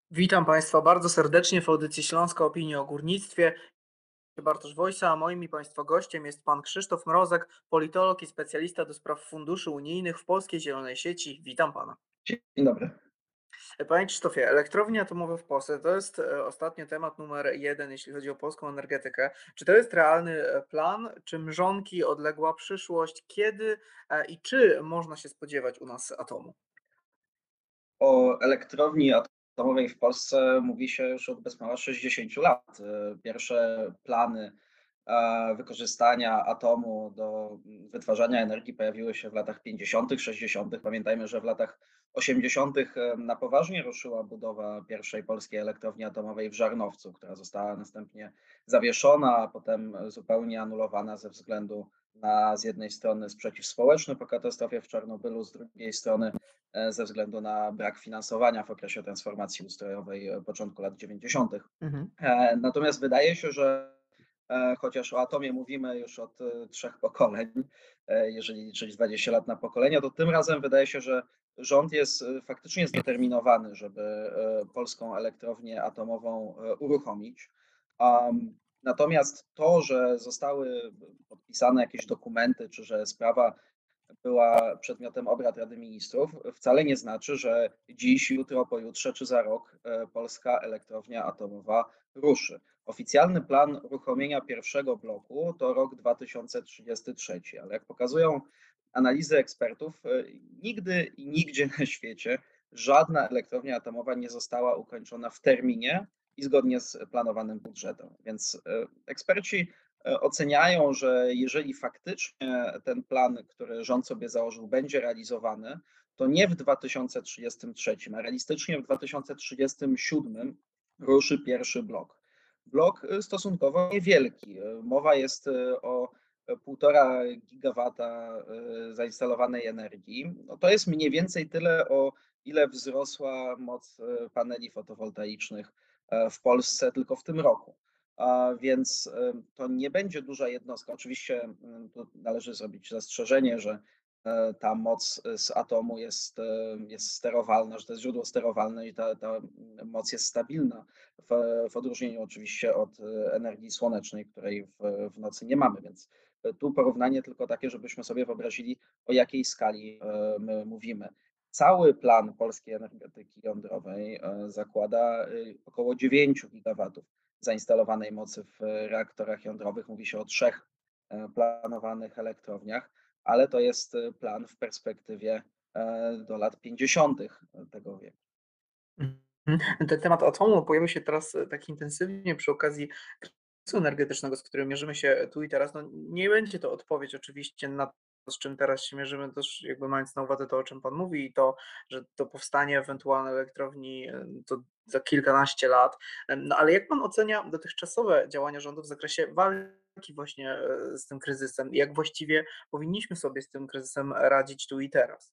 Witam Państwa bardzo serdecznie w audycji Śląska Opinia o Górnictwie. Bartosz Wojsa, a moim i Państwa gościem jest Pan Krzysztof Mrozek, politolog i specjalista do spraw funduszy unijnych w Polskiej Zielonej Sieci. Witam Pana. Dzień dobry. Panie Krzysztofie, elektrownie atomowe w Polsce to jest ostatnio temat numer jeden, jeśli chodzi o polską energetykę. Czy to jest realny plan, czy mrzonki, odległa przyszłość? Kiedy i czy można się spodziewać u nas atomu? O elektrowni atomowej w Polsce mówi się już od bez mała 60 lat. Pierwsze plany wykorzystania atomu do wytwarzania energii pojawiły się w latach 50., 60. Pamiętajmy, że w latach 80. Na poważnie ruszyła budowa pierwszej polskiej elektrowni atomowej w Żarnowcu, która została następnie zawieszona, a potem zupełnie anulowana ze względu na z jednej strony sprzeciw społeczny po katastrofie w Czarnobylu, z drugiej strony ze względu na brak finansowania w okresie transformacji ustrojowej początku lat 90. Mhm. Natomiast wydaje się, że chociaż o atomie mówimy już od 3 pokoleń, jeżeli liczyć 20 lat na pokolenia, to tym razem wydaje się, że rząd jest faktycznie zdeterminowany, żeby polską elektrownię atomową uruchomić. Natomiast to, że zostały podpisane jakieś dokumenty, czy że sprawa była przedmiotem obrad Rady Ministrów, wcale nie znaczy, że dziś, jutro, pojutrze czy za rok polska elektrownia atomowa ruszy. Oficjalny plan uruchomienia pierwszego bloku to rok 2033, ale jak pokazują analizy ekspertów, nigdy i nigdzie na świecie żadna elektrownia atomowa nie została ukończona w terminie i zgodnie z planowanym budżetem. Więc eksperci oceniają, że jeżeli faktycznie ten plan, który rząd sobie założył, będzie realizowany, to nie w 2033, a realistycznie w 2037 ruszy pierwszy blok. Blok stosunkowo niewielki. Mowa jest o 1,5 gigawata zainstalowanej energii. No to jest mniej więcej tyle, o ile wzrosła moc paneli fotowoltaicznych w Polsce tylko w tym roku. A więc to nie będzie duża jednostka. Oczywiście tu należy zrobić zastrzeżenie, że ta moc z atomu jest sterowalna, że to jest źródło sterowalne i ta moc jest stabilna, w odróżnieniu oczywiście od energii słonecznej, której w nocy nie mamy. Więc tu porównanie tylko takie, żebyśmy sobie wyobrazili, o jakiej skali my mówimy. Cały plan polskiej energetyki jądrowej zakłada około 9 gigawatów zainstalowanej mocy w reaktorach jądrowych. Mówi się o 3 planowanych elektrowniach, ale to jest plan w perspektywie do lat 50. tego wieku. Mhm. Ten temat atomu pojawił się teraz tak intensywnie przy okazji kryzysu energetycznego, z którym mierzymy się tu i teraz. No, nie będzie to odpowiedź oczywiście na to, z czym teraz się mierzymy, też jakby mając na uwadze to, o czym Pan mówi i to, że to powstanie ewentualnej elektrowni to za kilkanaście lat. No ale jak Pan ocenia dotychczasowe działania rządu w zakresie walki właśnie z tym kryzysem? Jak właściwie powinniśmy sobie z tym kryzysem radzić tu i teraz?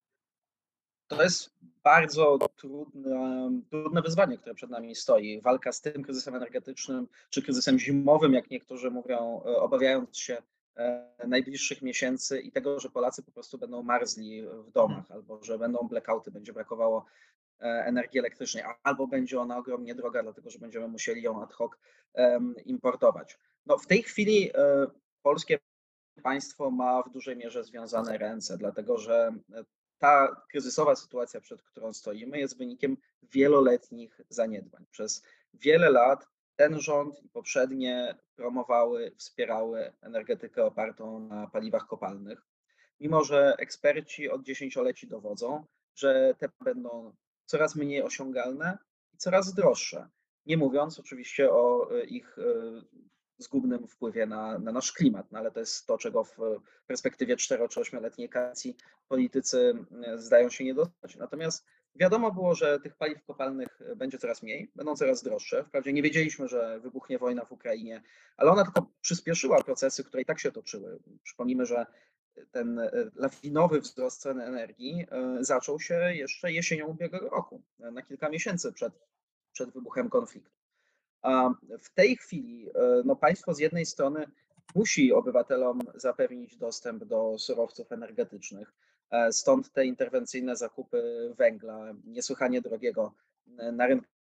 To jest bardzo trudne wyzwanie, które przed nami stoi. Walka z tym kryzysem energetycznym, czy kryzysem zimowym, jak niektórzy mówią, obawiając się najbliższych miesięcy i tego, że Polacy po prostu będą marzli w Mhm. domach, albo że będą blackouty, będzie brakowało energii elektrycznej, albo będzie ona ogromnie droga, dlatego że będziemy musieli ją ad hoc importować. No, w tej chwili polskie państwo ma w dużej mierze związane ręce, dlatego że ta kryzysowa sytuacja, przed którą stoimy, jest wynikiem wieloletnich zaniedbań. Przez wiele lat ten rząd i poprzednie promowały, wspierały energetykę opartą na paliwach kopalnych, mimo że eksperci od dziesięcioleci dowodzą, że te będą coraz mniej osiągalne i coraz droższe. Nie mówiąc oczywiście o ich zgubnym wpływie na nasz klimat, no ale to jest to, czego w perspektywie 4 czy 8-letniej kadencji politycy zdają się nie dostać. Natomiast wiadomo było, że tych paliw kopalnych będzie coraz mniej, będą coraz droższe. Wprawdzie nie wiedzieliśmy, że wybuchnie wojna w Ukrainie, ale ona tylko przyspieszyła procesy, które i tak się toczyły. Przypomnijmy, że ten lawinowy wzrost cen energii zaczął się jeszcze jesienią ubiegłego roku, na kilka miesięcy przed wybuchem konfliktu. A w tej chwili no, państwo z jednej strony musi obywatelom zapewnić dostęp do surowców energetycznych, stąd te interwencyjne zakupy węgla, niesłychanie drogiego na rynku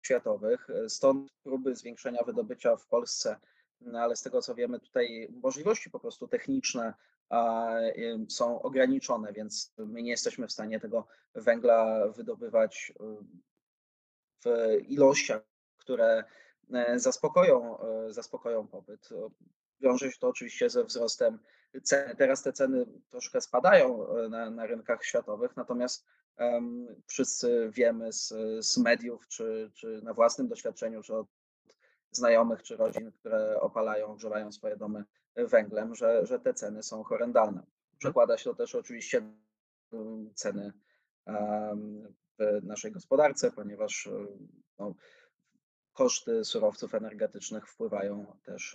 światowych, stąd próby zwiększenia wydobycia w Polsce, ale z tego co wiemy, tutaj możliwości po prostu techniczne są ograniczone, więc my nie jesteśmy w stanie tego węgla wydobywać w ilościach, które zaspokoją popyt. Wiąże się to oczywiście ze wzrostem cen. Teraz te ceny troszkę spadają na rynkach światowych, natomiast wszyscy wiemy z mediów, czy na własnym doświadczeniu, czy od znajomych, czy rodzin, które opalają, ogrzewają swoje domy węglem, że te ceny są horrendalne. Mhm. Przekłada się to też oczywiście ceny w naszej gospodarce, ponieważ no, koszty surowców energetycznych wpływają też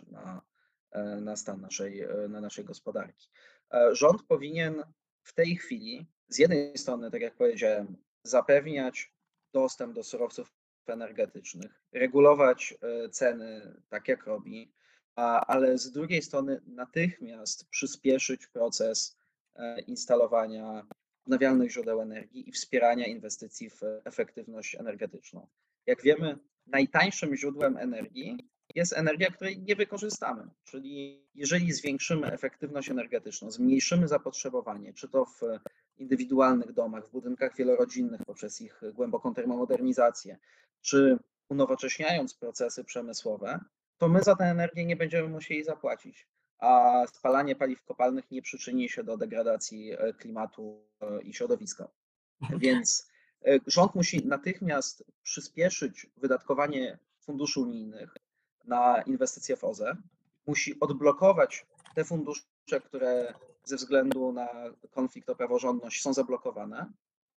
na stan naszej gospodarki. Rząd powinien w tej chwili z jednej strony, tak jak powiedziałem, zapewniać dostęp do surowców energetycznych, regulować ceny tak jak robi, ale z drugiej strony natychmiast przyspieszyć proces instalowania odnawialnych źródeł energii i wspierania inwestycji w efektywność energetyczną. Jak wiemy, najtańszym źródłem energii jest energia, której nie wykorzystamy. Czyli jeżeli zwiększymy efektywność energetyczną, zmniejszymy zapotrzebowanie, czy to w indywidualnych domach, w budynkach wielorodzinnych poprzez ich głęboką termomodernizację, czy unowocześniając procesy przemysłowe, to my za tę energię nie będziemy musieli zapłacić, a spalanie paliw kopalnych nie przyczyni się do degradacji klimatu i środowiska. Mhm. Więc rząd musi natychmiast przyspieszyć wydatkowanie funduszy unijnych na inwestycje w OZE, musi odblokować te fundusze, które ze względu na konflikt o praworządność są zablokowane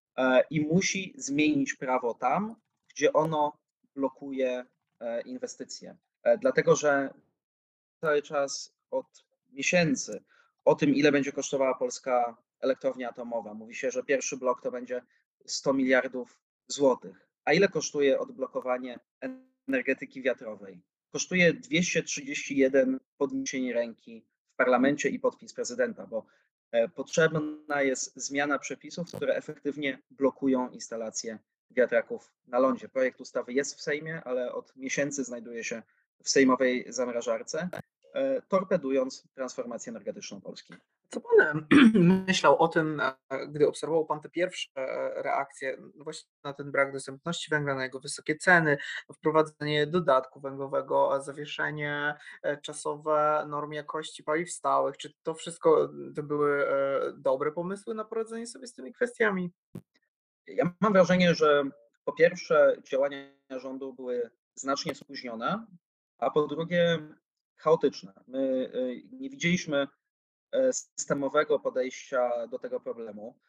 i musi zmienić prawo tam, gdzie ono blokuje inwestycje. Dlatego, że cały czas od miesięcy o tym, ile będzie kosztowała polska elektrownia atomowa. Mówi się, że pierwszy blok to będzie 100 miliardów złotych. A ile kosztuje odblokowanie energetyki wiatrowej? Kosztuje 231 podniesień ręki w parlamencie i podpis prezydenta, bo potrzebna jest zmiana przepisów, które efektywnie blokują instalacje wiatraków na lądzie. Projekt ustawy jest w Sejmie, ale od miesięcy znajduje się w sejmowej zamrażarce, torpedując transformację energetyczną Polski. Co pan myślał o tym, gdy obserwował pan te pierwsze reakcje właśnie na ten brak dostępności węgla, na jego wysokie ceny, wprowadzenie dodatku węglowego, a zawieszenie czasowe norm jakości paliw stałych? Czy to wszystko to były dobre pomysły na poradzenie sobie z tymi kwestiami? Ja mam wrażenie, że po pierwsze działania rządu były znacznie spóźnione, a po drugie chaotyczne. My nie widzieliśmy systemowego podejścia do tego problemu.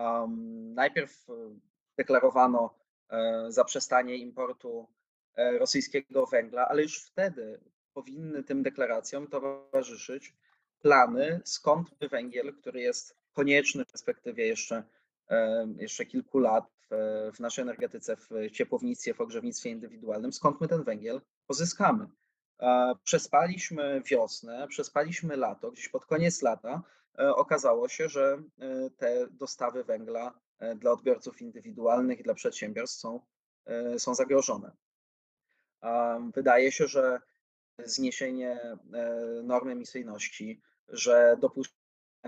Najpierw deklarowano zaprzestanie importu rosyjskiego węgla, ale już wtedy powinny tym deklaracjom towarzyszyć plany, skąd węgiel, który jest konieczny w perspektywie jeszcze kilku lat w naszej energetyce, w ciepłownictwie, w ogrzewnictwie indywidualnym, skąd my ten węgiel pozyskamy. Przespaliśmy wiosnę, przespaliśmy lato, gdzieś pod koniec lata okazało się, że te dostawy węgla dla odbiorców indywidualnych i dla przedsiębiorstw są zagrożone. Wydaje się, że zniesienie norm emisyjności, że dopuszczenie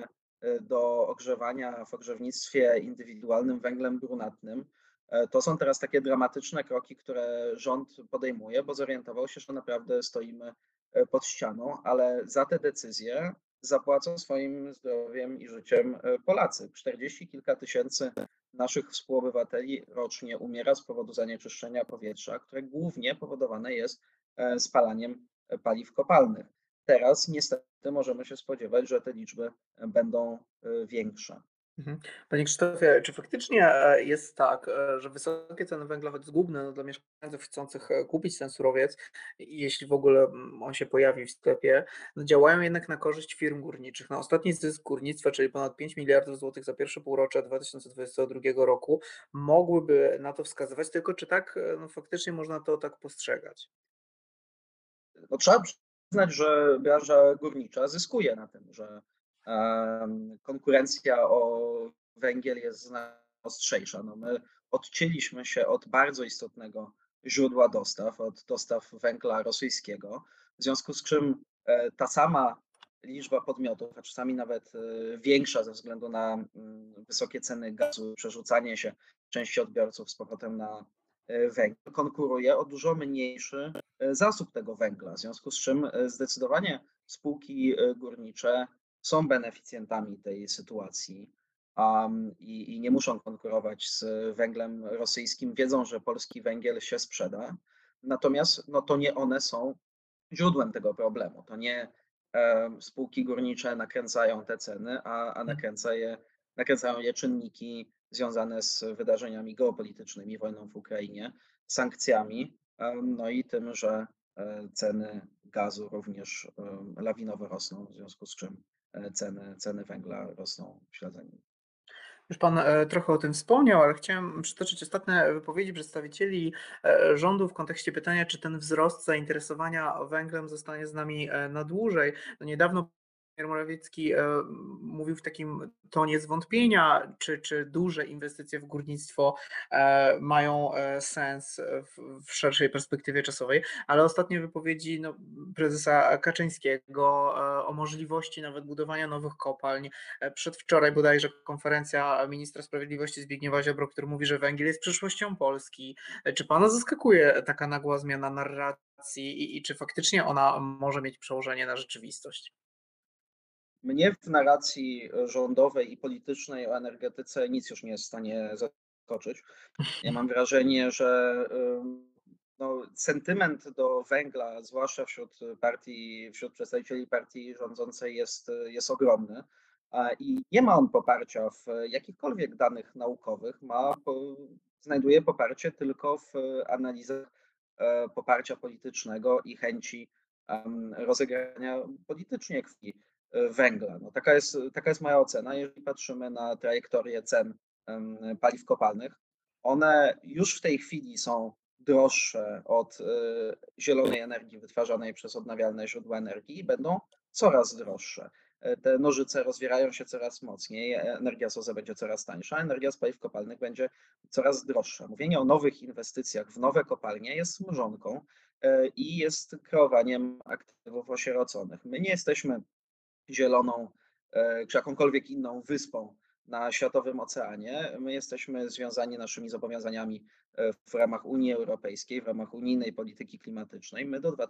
do ogrzewania w ogrzewnictwie indywidualnym węglem brunatnym, to są teraz takie dramatyczne kroki, które rząd podejmuje, bo zorientował się, że naprawdę stoimy pod ścianą, ale za te decyzje zapłacą swoim zdrowiem i życiem Polacy. 40 kilka tysięcy naszych współobywateli rocznie umiera z powodu zanieczyszczenia powietrza, które głównie powodowane jest spalaniem paliw kopalnych. Teraz niestety możemy się spodziewać, że te liczby będą większe. Mhm. Panie Krzysztofie, czy faktycznie jest tak, że wysokie ceny węgla, choć zgubne dla mieszkańców chcących kupić ten surowiec, jeśli w ogóle on się pojawi w sklepie, no działają jednak na korzyść firm górniczych? No, ostatni zysk górnictwa, czyli ponad 5 miliardów złotych za pierwsze półrocze 2022 roku, mogłyby na to wskazywać, tylko czy tak no, faktycznie można to tak postrzegać? No, trzeba przyznać, że branża górnicza zyskuje na tym, że konkurencja o węgiel jest znacznie ostrzejsza. No, my odcięliśmy się od bardzo istotnego źródła dostaw, od dostaw węgla rosyjskiego. W związku z czym ta sama liczba podmiotów, a czasami nawet większa ze względu na wysokie ceny gazu, przerzucanie się części odbiorców z powrotem na węgiel, konkuruje o dużo mniejszy zasób tego węgla. W związku z czym zdecydowanie spółki górnicze są beneficjentami tej sytuacji. I nie muszą konkurować z węglem rosyjskim, wiedzą, że polski węgiel się sprzeda. Natomiast no, to nie one są źródłem tego problemu. To nie spółki górnicze nakręcają te ceny, a nakręcają je czynniki związane z wydarzeniami geopolitycznymi, wojną w Ukrainie, sankcjami, no i tym, że ceny gazu również lawinowo rosną, w związku z czym ceny węgla rosną w ślad za nimi. Już pan trochę o tym wspomniał, ale chciałem przytoczyć ostatnie wypowiedzi przedstawicieli rządu w kontekście pytania, czy ten wzrost zainteresowania węglem zostanie z nami na dłużej. No niedawno premier Morawiecki mówił w takim tonie zwątpienia, czy duże inwestycje w górnictwo mają sens w szerszej perspektywie czasowej, ale ostatnie wypowiedzi no, prezesa Kaczyńskiego o możliwości nawet budowania nowych kopalń. Przedwczoraj bodajże konferencja ministra sprawiedliwości Zbigniewa Ziobro, który mówi, że węgiel jest przyszłością Polski. Czy pana zaskakuje taka nagła zmiana narracji i czy faktycznie ona może mieć przełożenie na rzeczywistość? Mnie w narracji rządowej i politycznej o energetyce nic już nie jest w stanie zaskoczyć. Ja mam wrażenie, że no, sentyment do węgla, zwłaszcza wśród przedstawicieli partii rządzącej jest ogromny. I nie ma on poparcia w jakichkolwiek danych naukowych, znajduje poparcie tylko w analizach poparcia politycznego i chęci rozegrania politycznie krwi węgla. No, taka jest moja ocena. Jeżeli patrzymy na trajektorię cen paliw kopalnych, one już w tej chwili są droższe od zielonej energii wytwarzanej przez odnawialne źródła energii i będą coraz droższe. Te nożyce rozwierają się coraz mocniej, energia z OZE będzie coraz tańsza, energia z paliw kopalnych będzie coraz droższa. Mówienie o nowych inwestycjach w nowe kopalnie jest mrzonką i jest kreowaniem aktywów osieroconych. My nie jesteśmy zieloną czy jakąkolwiek inną wyspą na światowym oceanie. My jesteśmy związani naszymi zobowiązaniami w ramach Unii Europejskiej, w ramach unijnej polityki klimatycznej. My do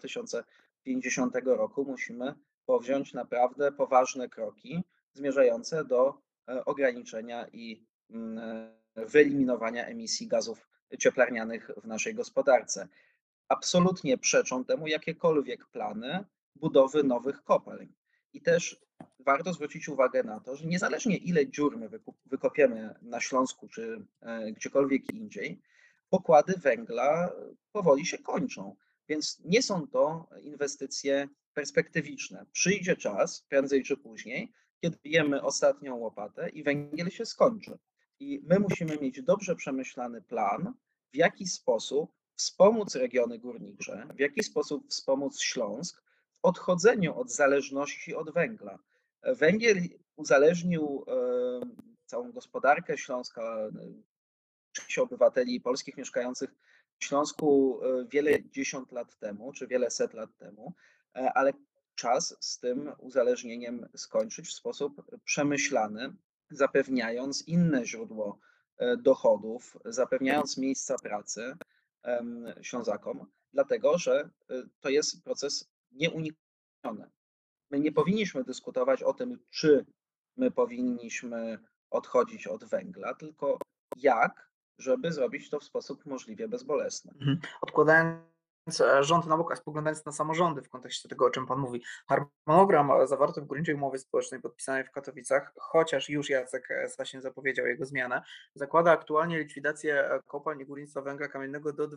2050 roku musimy powziąć naprawdę poważne kroki zmierzające do ograniczenia i wyeliminowania emisji gazów cieplarnianych w naszej gospodarce. Absolutnie przeczą temu jakiekolwiek plany budowy nowych kopalń. I też warto zwrócić uwagę na to, że niezależnie ile dziur my wykopiemy na Śląsku czy gdziekolwiek indziej, pokłady węgla powoli się kończą. Więc nie są to inwestycje perspektywiczne. Przyjdzie czas, prędzej czy później, kiedy bijemy ostatnią łopatę i węgiel się skończy. I my musimy mieć dobrze przemyślany plan, w jaki sposób wspomóc regiony górnicze, w jaki sposób wspomóc Śląsk w odchodzeniu od zależności od węgla. Węgiel uzależnił całą gospodarkę Śląska, część obywateli polskich mieszkających w Śląsku wiele dziesiąt lat temu, czy wiele set lat temu, ale czas z tym uzależnieniem skończyć w sposób przemyślany, zapewniając inne źródło dochodów, zapewniając miejsca pracy Ślązakom, dlatego że to jest proces nieunikniony. My nie powinniśmy dyskutować o tym, czy my powinniśmy odchodzić od węgla, tylko jak, żeby zrobić to w sposób możliwie bezbolesny. Odkładając rząd na bok, a spoglądając na samorządy w kontekście tego, o czym pan mówi. Harmonogram zawarty w Górniczej Umowie Społecznej podpisanej w Katowicach, chociaż już Jacek Sasin zapowiedział jego zmianę, zakłada aktualnie likwidację kopalń i górnictwa węgla kamiennego do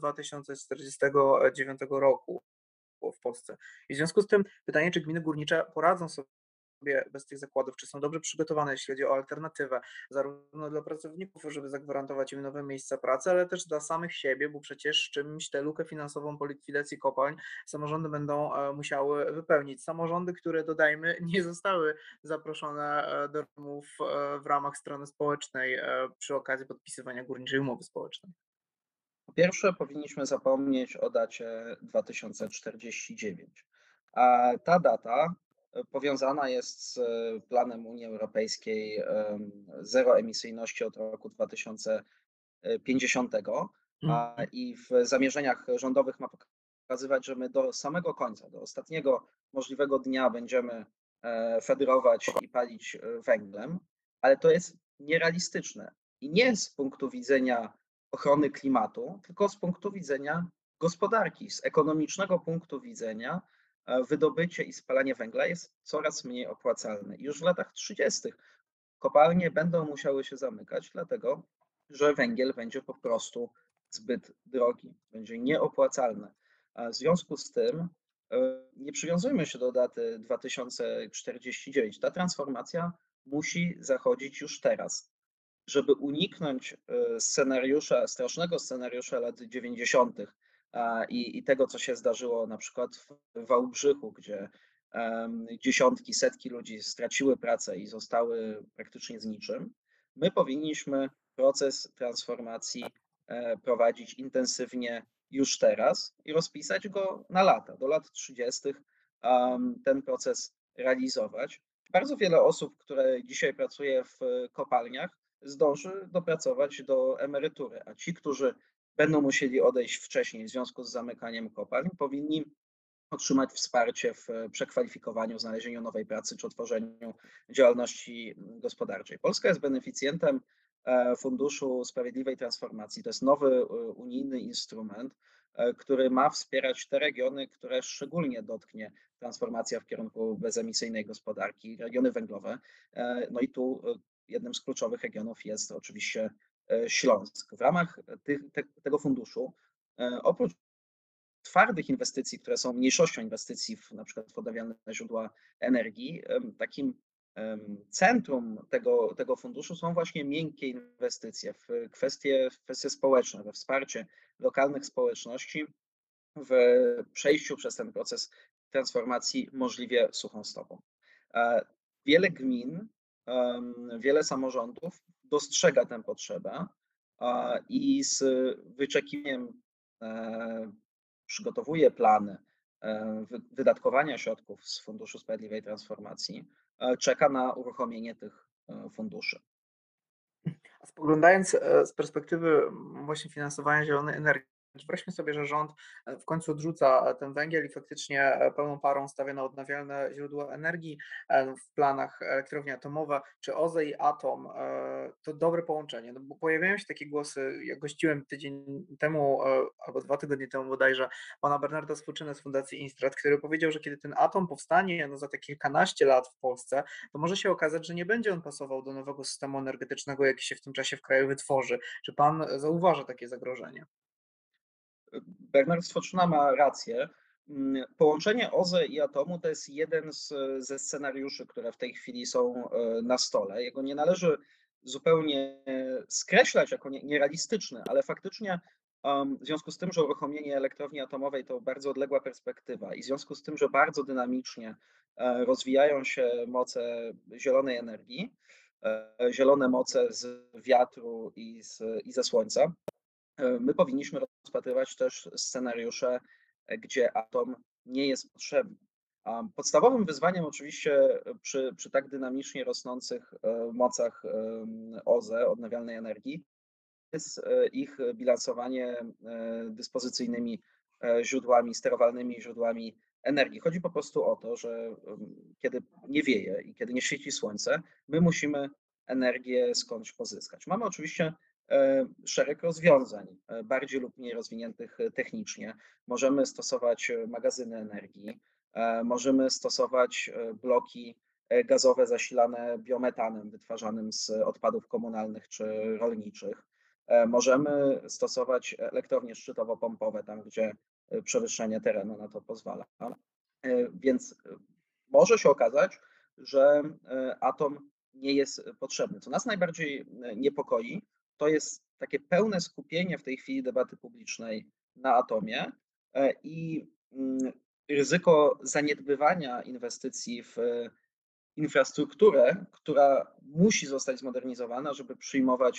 2049 roku w Polsce. I w związku z tym pytanie, czy gminy górnicze poradzą sobie bez tych zakładów, czy są dobrze przygotowane, jeśli chodzi o alternatywę, zarówno dla pracowników, żeby zagwarantować im nowe miejsca pracy, ale też dla samych siebie, bo przecież czymś tę lukę finansową po likwidacji kopalń samorządy będą musiały wypełnić. Samorządy, które dodajmy, nie zostały zaproszone do rozmów w ramach strony społecznej przy okazji podpisywania górniczej umowy społecznej. Po pierwsze, powinniśmy zapomnieć o dacie 2049. A ta data powiązana jest z planem Unii Europejskiej zeroemisyjności od roku 2050, Mhm. i w zamierzeniach rządowych ma pokazywać, że my do samego końca, do ostatniego możliwego dnia będziemy federować i palić węglem, ale to jest nierealistyczne i nie z punktu widzenia ochrony klimatu, tylko z punktu widzenia gospodarki, z ekonomicznego punktu widzenia wydobycie i spalanie węgla jest coraz mniej opłacalne. I już w latach 30. kopalnie będą musiały się zamykać, dlatego że węgiel będzie po prostu zbyt drogi, będzie nieopłacalny. A w związku z tym nie przywiązujmy się do daty 2049. Ta transformacja musi zachodzić już teraz. Żeby uniknąć scenariusza, strasznego scenariusza lat 90. I tego, co się zdarzyło na przykład w Wałbrzychu, gdzie dziesiątki, setki ludzi straciły pracę i zostały praktycznie z niczym, my powinniśmy proces transformacji prowadzić intensywnie już teraz i rozpisać go na lata, do lat 30. Ten proces realizować. Bardzo wiele osób, które dzisiaj pracuje w kopalniach, zdąży dopracować do emerytury, a ci, którzy będą musieli odejść wcześniej w związku z zamykaniem kopalń, powinni otrzymać wsparcie w przekwalifikowaniu, znalezieniu nowej pracy czy otworzeniu działalności gospodarczej. Polska jest beneficjentem Funduszu Sprawiedliwej Transformacji. To jest nowy unijny instrument, który ma wspierać te regiony, które szczególnie dotknie transformacja w kierunku bezemisyjnej gospodarki, regiony węglowe. No i tu jednym z kluczowych regionów jest oczywiście Śląsk. W ramach tego funduszu oprócz twardych inwestycji, które są mniejszością inwestycji w na przykład w odnawialne źródła energii, takim centrum tego funduszu są właśnie miękkie inwestycje w kwestie społeczne, we wsparcie lokalnych społeczności w przejściu przez ten proces transformacji możliwie suchą stopą. Wiele gmin, wiele samorządów dostrzega tę potrzebę i z wyczekiwaniem przygotowuje plany wydatkowania środków z Funduszu Sprawiedliwej Transformacji, czeka na uruchomienie tych funduszy. A spoglądając z perspektywy właśnie finansowania zielonej energii, wyobraźmy sobie, że rząd w końcu odrzuca ten węgiel i faktycznie pełną parą stawia na odnawialne źródła energii w planach elektrownie atomowe. Czy OZE i atom to dobre połączenie? No bo pojawiają się takie głosy, ja gościłem tydzień temu albo 2 tygodnie temu bodajże pana Bernarda Sfuczynę z Fundacji Instrat, który powiedział, że kiedy ten atom powstanie no za te kilkanaście lat w Polsce, to może się okazać, że nie będzie on pasował do nowego systemu energetycznego, jaki się w tym czasie w kraju wytworzy. Czy pan zauważa takie zagrożenie? Bernard Sfortuna ma rację. Połączenie OZE i atomu to jest jeden ze scenariuszy, które w tej chwili są na stole. Jego nie należy zupełnie skreślać jako nierealistyczny, ale faktycznie w związku z tym, że uruchomienie elektrowni atomowej to bardzo odległa perspektywa i w związku z tym, że bardzo dynamicznie rozwijają się moce zielonej energii, zielone moce z wiatru i ze słońca, my powinniśmy rozpatrywać też scenariusze, gdzie atom nie jest potrzebny. Podstawowym wyzwaniem oczywiście przy tak dynamicznie rosnących mocach OZE, odnawialnej energii, jest ich bilansowanie dyspozycyjnymi źródłami, sterowalnymi źródłami energii. Chodzi po prostu o to, że kiedy nie wieje i kiedy nie świeci słońce, my musimy energię skądś pozyskać. Mamy oczywiście szereg rozwiązań, bardziej lub mniej rozwiniętych technicznie. Możemy stosować magazyny energii, możemy stosować bloki gazowe zasilane biometanem wytwarzanym z odpadów komunalnych czy rolniczych. Możemy stosować elektrownie szczytowo-pompowe tam, gdzie przewyższenie terenu na to pozwala. Więc może się okazać, że atom nie jest potrzebny. Co nas najbardziej niepokoi, to jest takie pełne skupienie w tej chwili debaty publicznej na atomie i ryzyko zaniedbywania inwestycji w infrastrukturę, która musi zostać zmodernizowana, żeby przyjmować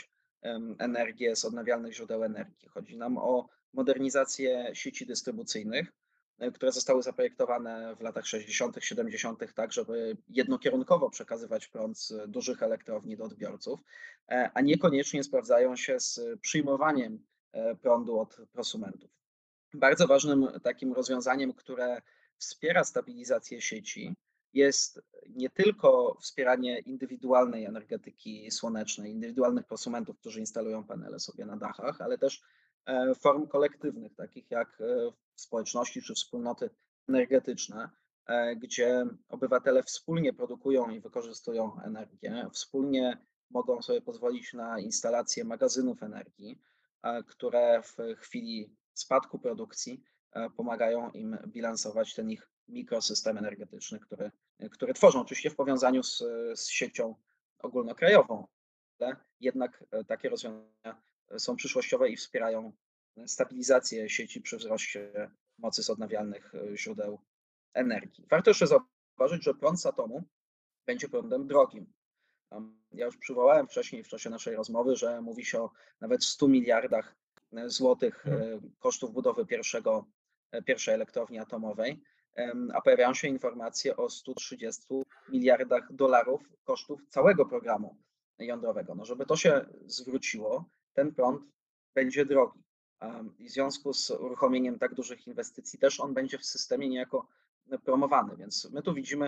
energię z odnawialnych źródeł energii. Chodzi nam o modernizację sieci dystrybucyjnych, które zostały zaprojektowane w latach 60., 70., tak, żeby jednokierunkowo przekazywać prąd z dużych elektrowni do odbiorców, a niekoniecznie sprawdzają się z przyjmowaniem prądu od prosumentów. Bardzo ważnym takim rozwiązaniem, które wspiera stabilizację sieci, jest nie tylko wspieranie indywidualnej energetyki słonecznej, indywidualnych prosumentów, którzy instalują panele sobie na dachach, ale też form kolektywnych, takich jak społeczności czy wspólnoty energetyczne, gdzie obywatele wspólnie produkują i wykorzystują energię, wspólnie mogą sobie pozwolić na instalację magazynów energii, które w chwili spadku produkcji pomagają im bilansować ten ich mikrosystem energetyczny, który tworzą oczywiście w powiązaniu z siecią ogólnokrajową, ale jednak takie rozwiązania są przyszłościowe i wspierają stabilizację sieci przy wzroście mocy z odnawialnych źródeł energii. Warto jeszcze zauważyć, że prąd z atomu będzie prądem drogim. Ja już przywołałem wcześniej w czasie naszej rozmowy, że mówi się o nawet 100 miliardach złotych Mhm. kosztów budowy pierwszej elektrowni atomowej, a pojawiają się informacje o 130 miliardach dolarów kosztów całego programu jądrowego. No, żeby to się zwróciło, ten prąd będzie drogi. I w związku z uruchomieniem tak dużych inwestycji też on będzie w systemie niejako promowany. Więc my tu widzimy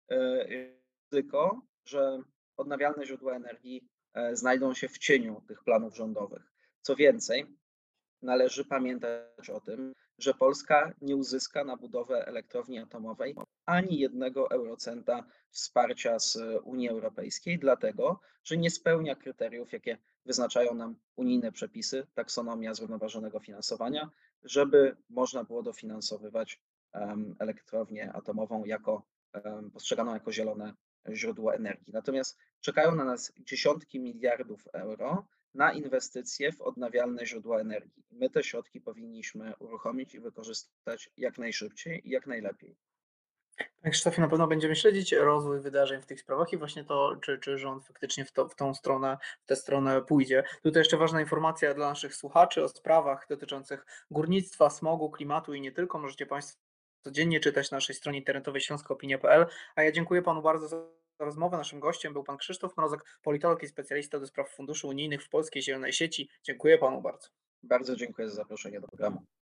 ryzyko, że odnawialne źródła energii znajdą się w cieniu tych planów rządowych. Co więcej, należy pamiętać o tym, że Polska nie uzyska na budowę elektrowni atomowej ani jednego eurocenta wsparcia z Unii Europejskiej, dlatego że nie spełnia kryteriów, jakie wyznaczają nam unijne przepisy, taksonomia zrównoważonego finansowania, żeby można było dofinansowywać elektrownię atomową postrzeganą jako zielone źródło energii. Natomiast czekają na nas dziesiątki miliardów euro na inwestycje w odnawialne źródła energii. My te środki powinniśmy uruchomić i wykorzystać jak najszybciej i jak najlepiej. Panie Krzysztofie, na pewno będziemy śledzić rozwój wydarzeń w tych sprawach i właśnie to, czy rząd faktycznie w tą stronę, w tę stronę pójdzie. Tutaj jeszcze ważna informacja dla naszych słuchaczy o sprawach dotyczących górnictwa, smogu, klimatu i nie tylko. Możecie Państwo codziennie czytać na naszej stronie internetowej śląskoopinia.pl. A ja dziękuję Panu bardzo za rozmowę. Naszym gościem był Pan Krzysztof Mrozek, politolog i specjalista do spraw funduszy unijnych w Polskiej Zielonej Sieci. Dziękuję Panu bardzo. Bardzo dziękuję za zaproszenie do programu.